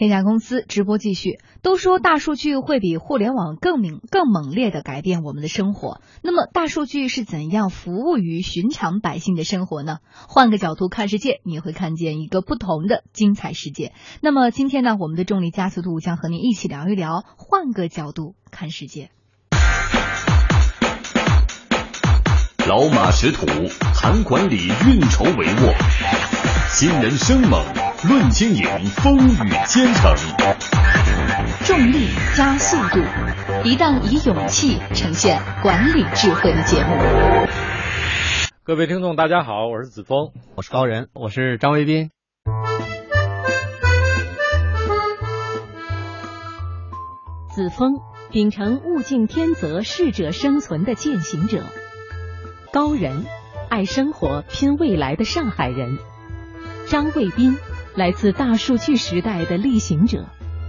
天下公司直播继续。都说大数据会比互联网更猛烈地改变我们的生活，那么大数据是怎样服务于寻常百姓的生活呢？换个角度看世界，你会看见一个不同的精彩世界。那么今天呢，我们的重力加速度将和您一起聊一聊换个角度看世界。 老马识途，谈管理，运筹帷幄；新人生猛，论经营，风雨兼程。 重力加速度，一档以勇气呈现管理智慧的节目。 各位听众大家好，我是子枫， 我是高人，我是张卫斌。 子枫秉承物竞天择适者生存的践行者，高人爱生活拼未来的上海人，张卫斌来自大数据时代的力行者。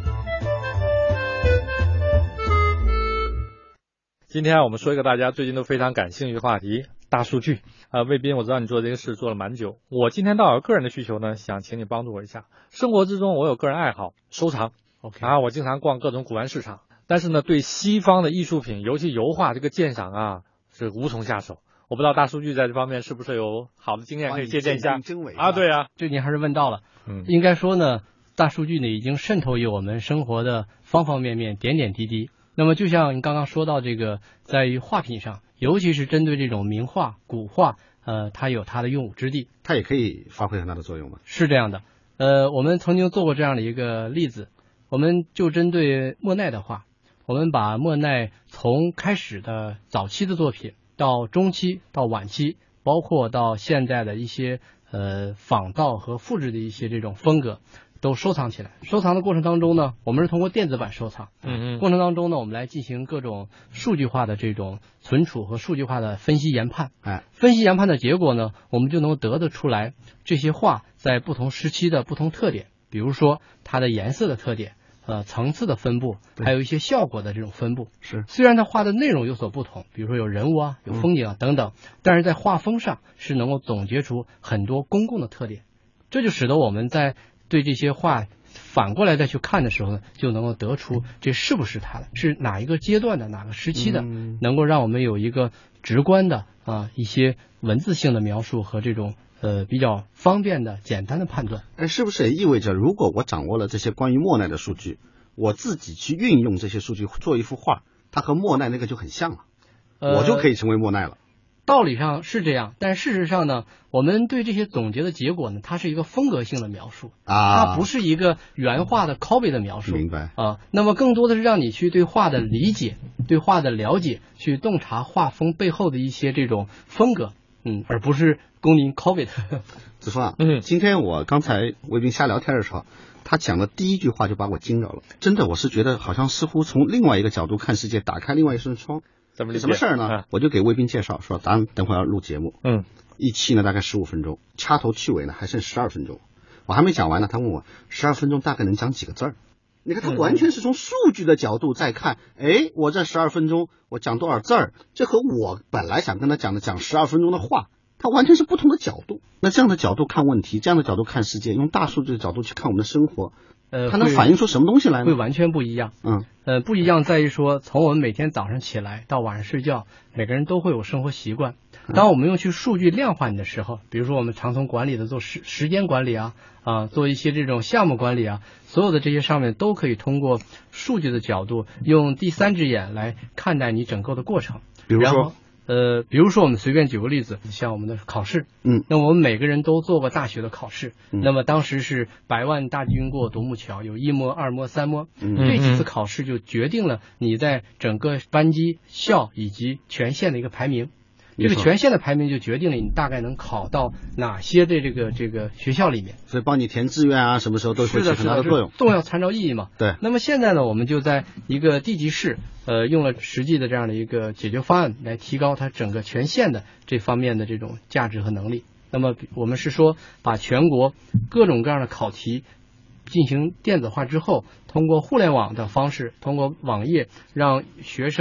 今天我们说一个大家最近都非常感兴趣的话题，大数据。卫斌，我知道你做这个事做了蛮久，我今天倒有个人的需求呢，想请你帮助我一下。生活之中我有个人爱好，收藏。我经常逛各种古玩市场，但是呢，对西方的艺术品，尤其油画这个鉴赏啊，是无从下手。我不知道大数据在这方面是不是有好的经验可以借鉴一下啊？对啊， 这您还是问到了。应该说呢，大数据呢已经渗透于我们生活的方方面面、点点滴滴。那么就像您刚刚说到这个，在于画品上，尤其是针对这种名画、古画，它有它的用武之地， 它也可以发挥很大的作用嘛。 是这样的。我们曾经做过这样的一个例子，我们就针对莫奈的画，我们把莫奈从开始的早期的作品到中期到晚期，包括到现在的一些仿造和复制的一些这种风格都收藏起来。收藏的过程当中呢，我们是通过电子版收藏。过程当中呢，我们来进行各种数据化的这种存储和数据化的分析研判。分析研判的结果呢，我们就能得出来这些画在不同时期的不同特点，比如说它的颜色的特点。层次的分布，还有一些效果的这种分布。 是， 虽然它画的内容有所不同，比如说有人物啊、有风景啊等等，但是在画风上是能够总结出很多公共的特点。这就使得我们在对这些画反过来再去看的时候呢，就能够得出这是不是它的，是哪一个阶段的、哪个时期的，能够让我们有一个直观的一些文字性的描述和这种比较方便的简单的判断。 是不是也意味着，如果我掌握了这些关于莫奈的数据，我自己去运用这些数据做一幅画，它和莫奈那个就很像了，我就可以成为莫奈了。 道理上是这样，但事实上呢，我们对这些总结的结果呢，它是一个风格性的描述它不是一个原画的 copy 的描述。 明白那么更多的是让你去对画的理解、对画的了解，去洞察画风背后的一些这种风格，而不是供您 copy 的。 子枫今天我刚才卫兵瞎聊天的时候，他讲的第一句话就把我惊着了。真的，我是觉得好像似乎从另外一个角度看世界，打开另外一扇窗。什么事儿呢？我就给卫兵介绍说，咱等会儿要录节目，一期呢大概15分钟，掐头去尾呢还剩12分钟。我还没讲完呢，他问我12分钟大概能讲几个字儿。你看，他完全是从数据的角度在看，我这12分钟我讲多少字儿，这和我本来想跟他讲12分钟的话，它完全是不同的角度。那这样的角度看问题，这样的角度看世界，用大数据的角度去看我们的生活，它能反映出什么东西来呢？ 会完全不一样。不一样在于说，从我们每天早上起来到晚上睡觉，每个人都会有生活习惯。当我们用去数据量化你的时候，比如说我们常从管理的做时间管理做一些这种项目管理所有的这些上面都可以通过数据的角度，用第三只眼来看待你整个的过程。 比如说我们随便举个例子，像我们的考试，那我们每个人都做过大学的考试，那么当时是100万大军过独木桥，有1模、2模、3模，这几次考试就决定了你在整个班级、校以及全县的一个排名。这个全县的排名就决定了你大概能考到哪些的这个学校里面， 所以帮你填志愿什么时候都会起很大的作用， 重要参照意义嘛。 对。 那么现在呢，我们就在一个地级市，用了实际的这样的一个解决方案来提高它整个全县的这方面的这种价值和能力。那么我们是说，把全国各种各样的考题进行电子化之后，通过互联网的方式，通过网页，让学生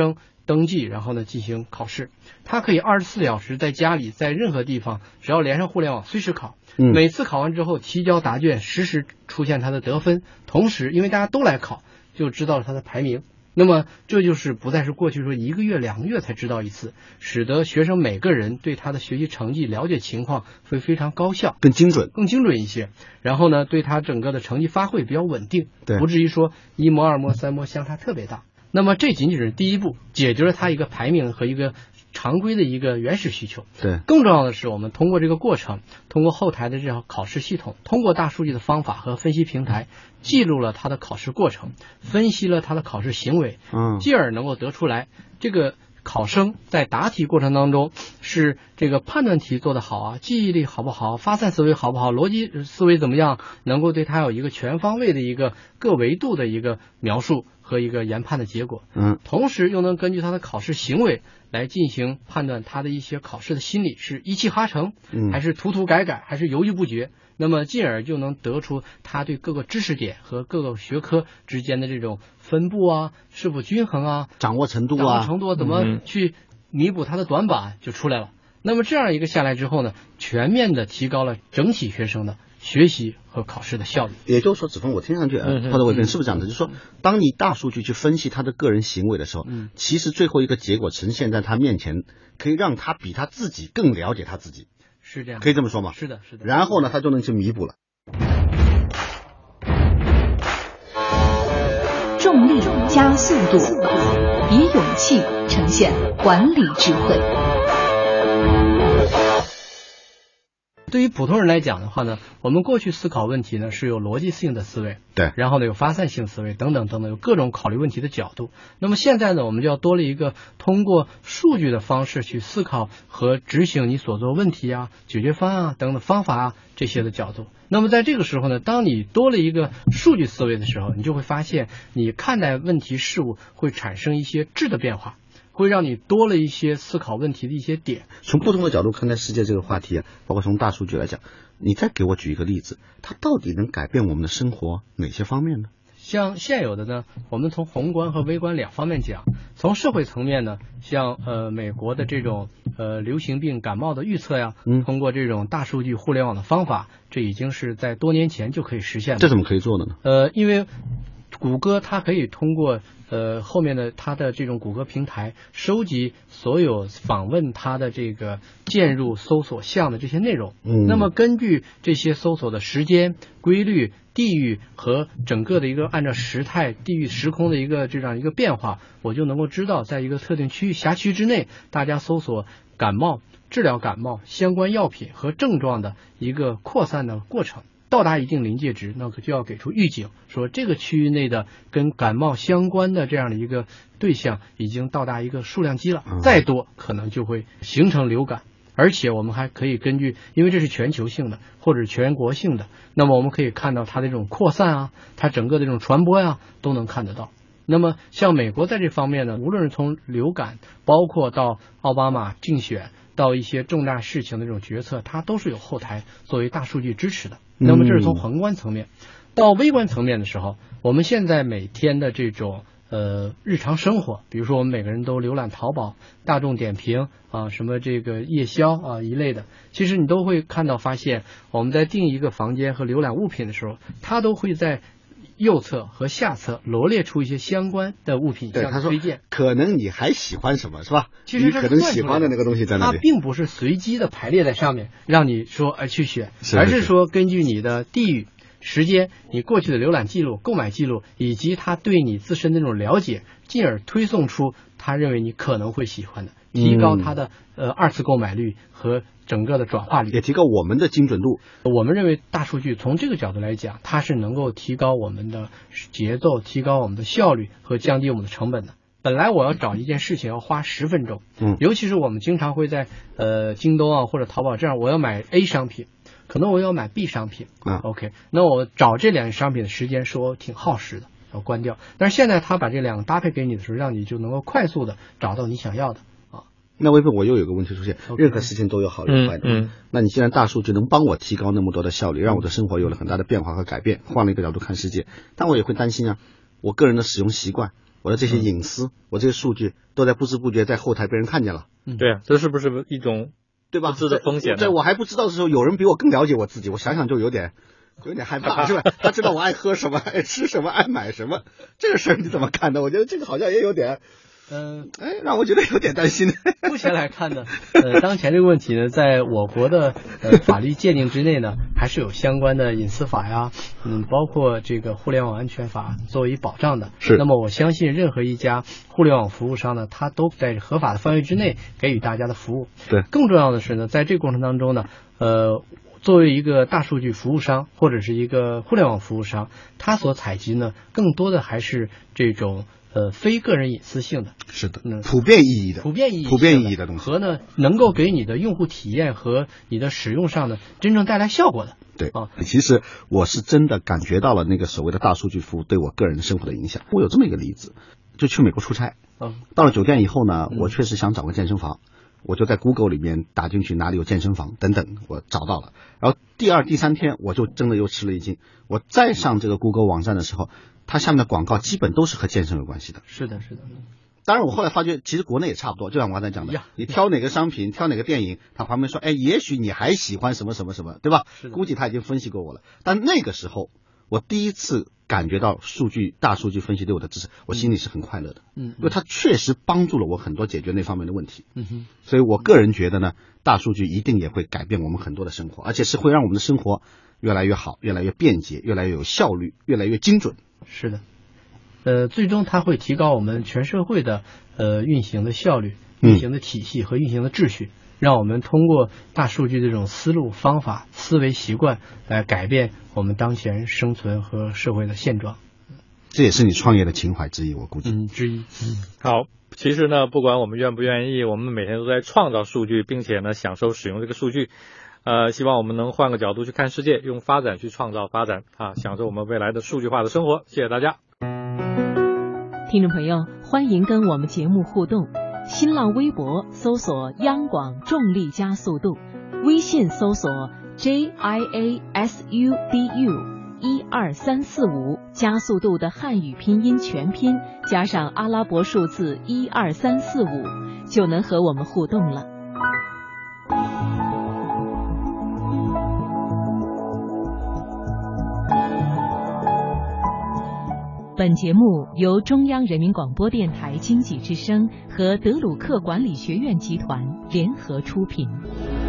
登记，然后呢进行考试。他可以24小时在家里，在任何地方，只要连上互联网，随时考。每次考完之后提交答卷，实时出现他的得分，同时因为大家都来考，就知道了他的排名。那么这就是不再是过去说1个月2个月才知道一次，使得学生每个人对他的学习成绩了解情况会非常高效， 更精准一些。然后呢，对他整个的成绩发挥比较稳定， 对， 不至于说1模2模3模相差特别大。那么这仅仅是第一步，解决了他一个排名和一个常规的一个原始需求。 对， 更重要的是，我们通过这个过程，通过后台的这套考试系统，通过大数据的方法和分析平台，记录了他的考试过程，分析了他的考试行为，进而能够得出来这个考生在答题过程当中是这个判断题做得好啊，记忆力好不好，发散思维好不好，逻辑思维怎么样，能够对他有一个全方位的一个各维度的一个描述和一个研判的结果。同时又能根据他的考试行为来进行判断他的一些考试的心理是一气哈成，还是涂涂改改，还是犹豫不决。那么进而就能得出他对各个知识点和各个学科之间的这种分布啊，是否均衡啊， 掌握程度怎么去弥补他的短板就出来了。那么这样一个下来之后呢，全面的提高了整体学生的学习和考试的效率。 也就是说，子枫，我听上去或者伟斌是不是这样子？就是说，当你大数据去分析他的个人行为的时候，其实最后一个结果呈现在他面前，可以让他比他自己更了解他自己。 是这样， 可以这么说吗？ 是的，是的。 然后呢，他就能去弥补了。 重力加速度，以勇气呈现管理智慧。 对于普通人来讲的话呢，我们过去思考问题呢是有逻辑性的思维， 对， 然后呢有发散性思维等等等等，有各种考虑问题的角度。那么现在呢，我们就要多了一个通过数据的方式去思考和执行你所做问题啊、解决方案啊等等方法啊这些的角度。那么在这个时候呢，当你多了一个数据思维的时候，你就会发现你看待问题事物会产生一些质的变化，会让你多了一些思考问题的一些点。 从不同的角度看待世界这个话题，包括从大数据来讲，你再给我举一个例子，它到底能改变我们的生活哪些方面呢？ 像现有的呢，我们从宏观和微观两方面讲。从社会层面呢，像美国的这种流行病感冒的预测呀，通过这种大数据互联网的方法，这已经是在多年前就可以实现的。 这怎么可以做的呢？ 因为谷歌它可以通过后面的它的这种谷歌平台收集所有访问它的这个键入搜索项的这些内容，那么根据这些搜索的时间、规律、地域和整个的一个按照时态、地域、时空的一个这样一个变化，我就能够知道在一个特定区域辖区之内，大家搜索感冒、治疗感冒相关药品和症状的一个扩散的过程。到达一定临界值，那就要给出预警，说这个区域内的跟感冒相关的这样的一个对象已经到达一个数量级了，再多可能就会形成流感。而且我们还可以根据，因为这是全球性的或者全国性的，那么我们可以看到它的这种扩散啊，它整个的这种传播呀，都能看得到。那么像美国在这方面呢，无论是从流感，包括到奥巴马竞选，到一些重大事情的这种决策，它都是有后台作为大数据支持的。那么这是从宏观层面。到微观层面的时候，我们现在每天的这种日常生活，比如说我们每个人都浏览淘宝、大众点评啊，什么这个夜宵啊一类的，其实你都会看到发现，我们在订一个房间和浏览物品的时候，它都会在右侧和下侧罗列出一些相关的物品向推荐。 可能你还喜欢什么是吧？ 其实你可能喜欢的那个东西在那里， 它并不是随机的排列在上面让你说去选，而是说根据你的地域、时间、你过去的浏览记录、购买记录以及他对你自身的那种了解，进而推送出他认为你可能会喜欢的，提高他的二次购买率和整个的转化率， 也提高我们的精准度。 我们认为大数据从这个角度来讲，它是能够提高我们的节奏，提高我们的效率和降低我们的成本的。本来我要找一件事情要花10分钟，尤其是我们经常会在京东啊或者淘宝这样，我要买 A 商品，可能我要买 B 商品，OK， 那我找这两个商品的时间是我挺耗时的，要关掉。但是现在他把这两个搭配给你的时候，让你就能够快速的找到你想要的啊。 那微博我又有个问题出现，任何事情都有好有坏的。那你既然大数据能帮我提高那么多的效率，让我的生活有了很大的变化和改变，换了一个角度看世界，但我也会担心啊，我个人的使用习惯我的这些隐私，我这些数据都在不知不觉在后台被人看见了。 对啊，这是不是一种对吧？ 不知的风险呢？ 在我还不知道的时候，有人比我更了解我自己，我想想就有点害怕，是吧？他知道我爱喝什么，爱吃什么，爱买什么，这个事儿你怎么看呢？我觉得这个好像也有点。让我觉得有点担心。 目前来看呢，当前这个问题呢，在我国的法律界定之内呢，还是有相关的隐私法呀，包括这个互联网安全法作为保障的。 是。 那么我相信任何一家互联网服务商呢，它都在合法的范围之内给予大家的服务。 对。 更重要的是呢，在这个过程当中呢，作为一个大数据服务商或者是一个互联网服务商，它所采集呢，更多的还是这种非个人隐私性的， 是的，普遍意义的东西， 和呢能够给你的用户体验和你的使用上呢真正带来效果的。 对啊，其实我是真的感觉到了那个所谓的大数据服务对我个人生活的影响。我有这么一个例子，就去美国出差，到了酒店以后呢，我确实想找个健身房。我就在 Google 里面打进去哪里有健身房等等，我找到了。然后第二、第三天我就真的又吃了一惊。我再上这个 Google 网站的时候，它下面的广告基本都是和健身有关系的。 是的。 当然我后来发觉其实国内也差不多，就像我刚才讲的，你挑哪个商品，挑哪个电影，它旁边说也许你还喜欢什么什么什么，对吧？估计他已经分析过我了。但那个时候我第一次感觉到大数据分析对我的支持，我心里是很快乐的。因为它确实帮助了我很多解决那方面的问题。所以我个人觉得呢，大数据一定也会改变我们很多的生活，而且是会让我们的生活越来越好，越来越便捷，越来越有效率，越来越精准。 是的。最终它会提高我们全社会的运行的效率、运行的体系和运行的秩序，让我们通过大数据这种思路、方法、思维习惯来改变我们当前生存和社会的现状。 这也是你创业的情怀之一，我估计。 之一。 好，其实呢，不管我们愿不愿意，我们每天都在创造数据，并且呢，享受使用这个数据。希望我们能换个角度去看世界，用发展去创造发展啊，享受我们未来的数据化的生活。谢谢大家。 听众朋友，欢迎跟我们节目互动。新浪微博搜索央广重力加速度，微信搜索 JIASUDU12345，加速度的汉语拼音全拼加上阿拉伯数字12345，就能和我们互动了。本节目由中央人民广播电台经济之声和德鲁克管理学院集团联合出品。